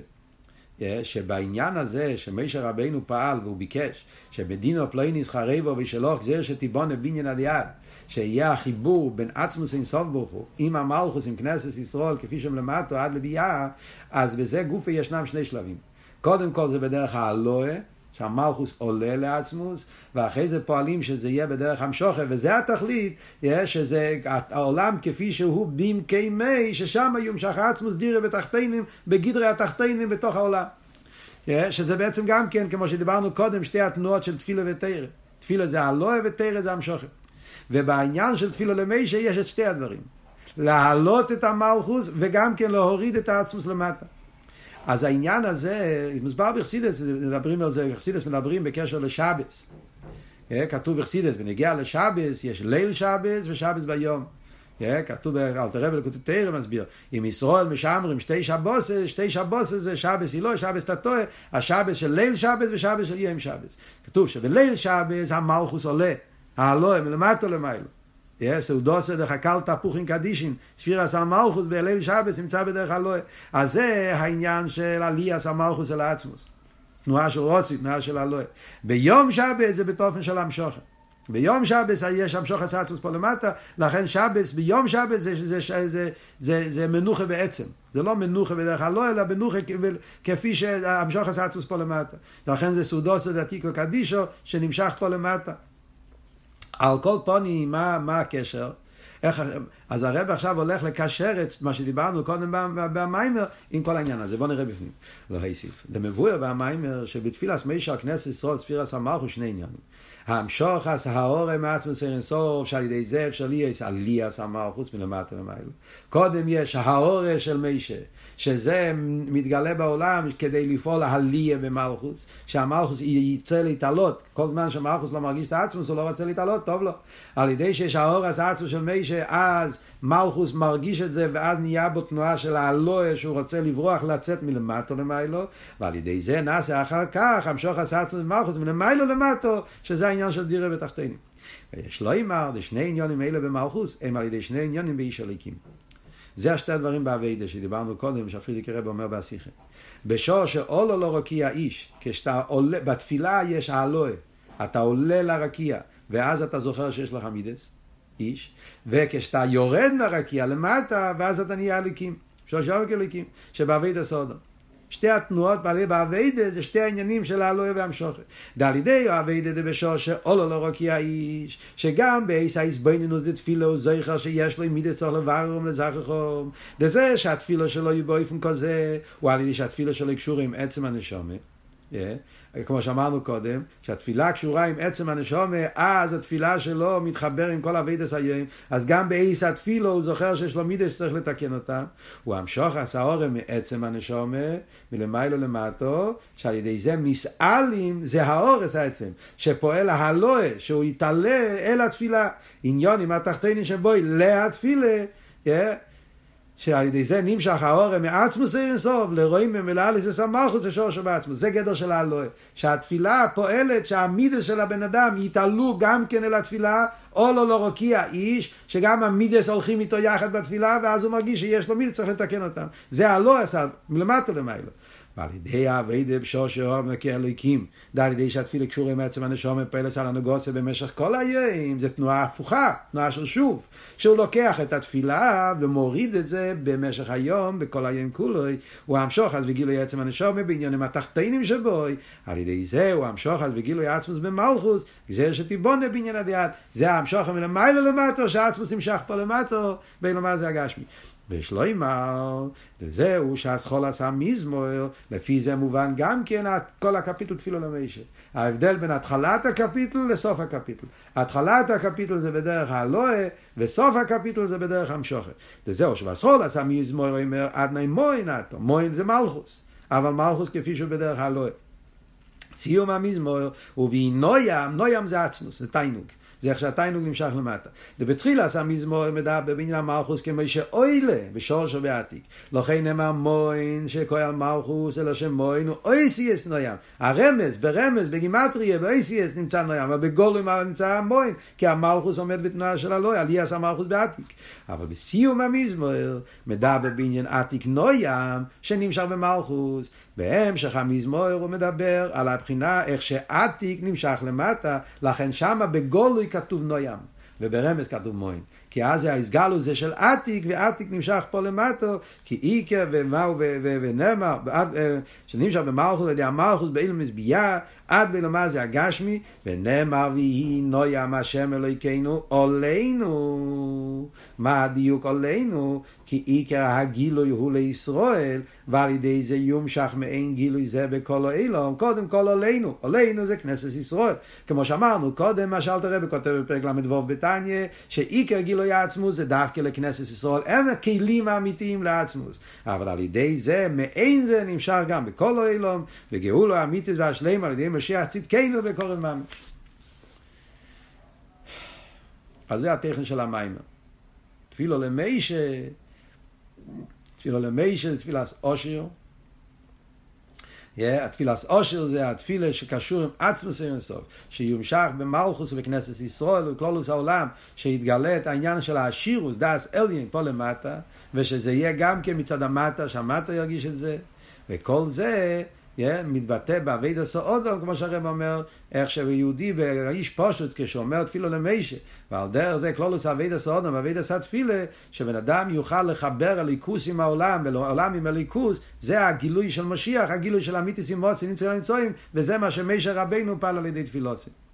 שבעניין הזה שמשה רבינו פעל והוא ביקש שבדינו פלויניס חרבו ושלוח גזיר שתיבונה בניין עד יד, שיהיה החיבור בין עצמוס אין סוף ברוך הוא עם המלכוס עם כנסת ישראל כפי שהם למטו עד לביאה, אז בזה גופי ישנם שני שלבים. קודם כל זה בדרך האלוהה שהמלכוס עולה לעצמוס, ואחרי זה פועלים שזה יהיה בדרך המשוכה, וזה התכלית, שזה העולם כפי שהוא במקי מי, ששם יומשך עצמוס דירה בתחתינים, בגדרי התחתינים בתוך העולם. שזה בעצם גם כן, כמו שדיברנו קודם, שתי התנועות של תפילה ותירה. תפילה זה הלואה ותירה זה המשוכה. ובעניין של תפילה למשה יש את שתי הדברים. להעלות את המלכוס, וגם כן להוריד את העצמוס למטה. אז העניין הזה, מוסבר בחסידות, מדברים על זה, בחסידות מדברים בקשר לשבס. כתוב בחסידות, בנגיע לשבס, יש ליל שבס ושבס ביום. כתוב באלתר רבי לכותב תורה מסביר, אם ישראל משמרים שתי שבוסס, שתי שבוסס זה שבס אילוי, שבס תתוה, השבס של ליל שבס ושבס של יום שבס. כתוב שבליל שבס המלכוס עולה, האלוהים מלמטה למיילו. סעודוסה דרך הקל תפוחין קדישין, ספירס המלכוס בליל שבס נמצא בדרך אלוהים. אז זה העניין של עליית המלכוס אל העצמוס, תנועה של רוצי, תנועה של אלוהים. ביום שבס זה בתופן של המשוכה. ביום שבס יש המשוכת העצמוס פה למטה, לכן שבס, ביום שבס זה, זה, זה, זה, זה, זה מנוחה בעצם. זה לא מנוחה בדרך אלוהים, אלא מנוחה כפי שהמשוכת העצמוס פה למטה. לכן זה סעודוסה דתיקו קדישו שנמשך פה למטה. על כל פונים, מה, מה הקשר? איך, אז הרב עכשיו הולך לקשר את מה שדיברנו קודם במיימר עם כל העניין הזה. בוא נראה בפנים. לא היסיף. למבואר במיימר שבתפילת משה כנסת ישראל ספירס המלכוס שני עניינים. המשוחס האור מעצמוס אין סוף, שעל ידי זה אפשר להיות עליית המלכוס מלמטה למעלה. קודם יש האור של משה, שזה מתגלה בעולם כדי לפעול העלייה במלכוס, שהמלכוס יצא להתעלות. כל זמן שהמלכוס לא מרגיש את העצמוס, הוא לא רוצה להתעלות, טוב לו. על ידי שיש האור העצמוס של משה, אז מלכוס מרגיש את זה, ואז נהיה בו תנועה של האלוה, שהוא רוצה לברוח, לצאת מלמטו למיילו, ועל ידי זה נעשה אחר כך, המשוך עצמוס מלכוס מלמיילו למטו, שזה העניין של דירה בתחתינים. ויש לא אמר, זה שני עניונים האלה במלכוס, הם על ידי שני עניונים באיש הליקים. זה השתי הדברים בעבודה שדיברנו קודם, שהפרידיק הרב אומר בשיחה. בשור שעולה לא רקיע איש, כשאתה עולה, בתפילה יש האלוה, אתה עולה לרקיע, ואז אתה זוכר שיש לך מידס, איש, וכשאתה יורד מהרקיע למטה, ואז אתה נהיה הליקים, שלושה הליקים, שבעבודה סודו. שתי התנועות בעלי בעבודה זה שתי העניינים של האלוהי והמשוכת. דל ידי העבודה זה בשור שעולה לא רקיע איש, שגם בעיס ההסבינינוס דתפילה הוא זוכר שיש לו מידס צורך לברום לזכחום. דזה שהתפילה שלו יהיה באופן כזה, הוא על ידי שהתפילה שלו קשורה עם עצם הנשמה. Yeah. כמו שאמרנו קודם, שהתפילה קשורה עם עצם הנשמה, אז התפילה שלו מתחבר עם כל הווידס היום, אז גם באיס התפילה הוא זוכר שיש לו מידס שצריך לתקן אותם. הוא המשוך הסעורה מעצם הנשמה, מלמיילו למטו, שעל ידי זה מסעלים, זה האורס העצם, שפועל ההלואה, שהוא יתעלה אל התפילה, עניונים התחתינים שבוי להתפילה, yeah. שעל ידי זה נמשך האור מעצמוס אין סוף, לרואים ממילא לזה המלכוס ושור שבעצמוס. זה גדר של האלוהי. שהתפילה פועלת שהמידס של הבן אדם יתעלו גם כן אל התפילה, או לא לא רקיע איש, שגם המידס הולכים איתו יחד בתפילה, ואז הוא מרגיש שיש לו מידס, צריך לתקן אותם. זה האלוהי עשה, מלמטה למיילו. ועל ידי העבודה בשור שאוהב נקי אלוהיקים, על ידי שהתפילה קשורה עם עצם הנשמה פועלת על הנגוסה במשך כל היום, זה תנועה הפוכה, תנועה של שוב, שהוא לוקח את התפילה ומוריד את זה במשך היום, בכל היום כולו, הוא המשוך אז וגילוי עצם הנשמה בעניינים התחתינים שבו, על ידי זה הוא המשוך אז וגילוי עצמוס במלכוס, גזיר שתיבונה בעניין הדיית, זה המשוך מלמיילו למטו, שהעצמוס נמשך פה למטו, בין למה זה הגשמי. ושלוימר, וזהו שהסחול עשה מזמור, לפי זה מובן גם כן כל הקפיטל תפילו למשה. ההבדל בין התחלת הקפיטל לסוף הקפיטל. התחלת הקפיטל זה בדרך האלוהה, וסוף הקפיטל זה בדרך המשוכר. וזהו שהסחול עשה מזמור, אומר, עד נאי מוין עתו. מוין זה מלכוס, אבל מלכוס כפי שהוא בדרך האלוהה. סיום המזמור, ובי נוים, נוים זה עצמוס, זה תיינוג. זה איך שהתיינוג נמשך למטה. ובתחילה עשה מזמור מדבר בבניין המלכוס כמו שאוילה בשורש ובעתיק. לכן נאמר מוין שכוי על מלכוס אלא שמוין הוא אויסיאס נוים. הרמז, ברמז, בגימטריה, באויסיאס נמצא נוים, אבל בגולוי נמצא מוין, כי המלכוס עומד בתנועה של אלוהי, עליאס המלכוס בעתיק. אבל בסיום המזמור מדבר בבניין עתיק נוים שנמשך במלכוס. בהמשך המזמור הוא מדבר על הבחינה איך שעתיק נמשך למטה, לכן שמה בגולוי כתוב נוים, וברמז כתוב מוין. כי אז ההסגלו זה של עתיק, ועתיק נמשך פה למטה, כי איקר ומאו ונאמר, שנמשך במלכות, על ידי המלכות באילומס בייה, עד בלמה זה הגשמי, ונאמר ויהי נוים השם אלוהינו עלינו. מה הדיוק עלינו? כי עיקר הגילוי הוא לישראל, ועל ידי זה יומשך מעין גילוי זה בכל העולם. קודם כל עלינו, עלינו זה כנסת ישראל. כמו שאמרנו קודם, מה שאלת הרב כותב בפרק למדבוב בתניא, שעיקר גילוי העצמוס זה דווקא לכנסת ישראל, הם הכלים האמיתיים לעצמוס. אבל על ידי זה, מעין זה נמשך גם בכל העולם, וגאולו האמיתית והשלמה על ידי משיח צדקנו בכל ממש. אז זה הטכן של המים. תפילו למשה, תפילו למשה זה תפילת אושר. התפילת אושר זה התפילה שקשור עם עצמוס אינסוף, שיומשך במלכוס ובכנסת ישראל ובכלולוס העולם, שיתגלה את העניין של העשירוס, דאס אליין פה למטה, ושזה יהיה גם כן מצד המטה, שהמטה ירגיש את זה, וכל זה Yeah, מתבטא בעבודת סעודום, כמו שהרב אומר, איך שיהודי באיש פשוט כשאומר תפילה למשה, ועל דרך זה כלולוס עבודת סעודום, עבודת התפילה, שבן אדם יוכל לחבר הליכוס עם העולם, והעולם עם הליכוס, זה הגילוי של משיח, הגילוי של אמיתיס עם מוצאים, נמצאים, וזה מה שמשה רבינו פעל על ידי תפילוסים.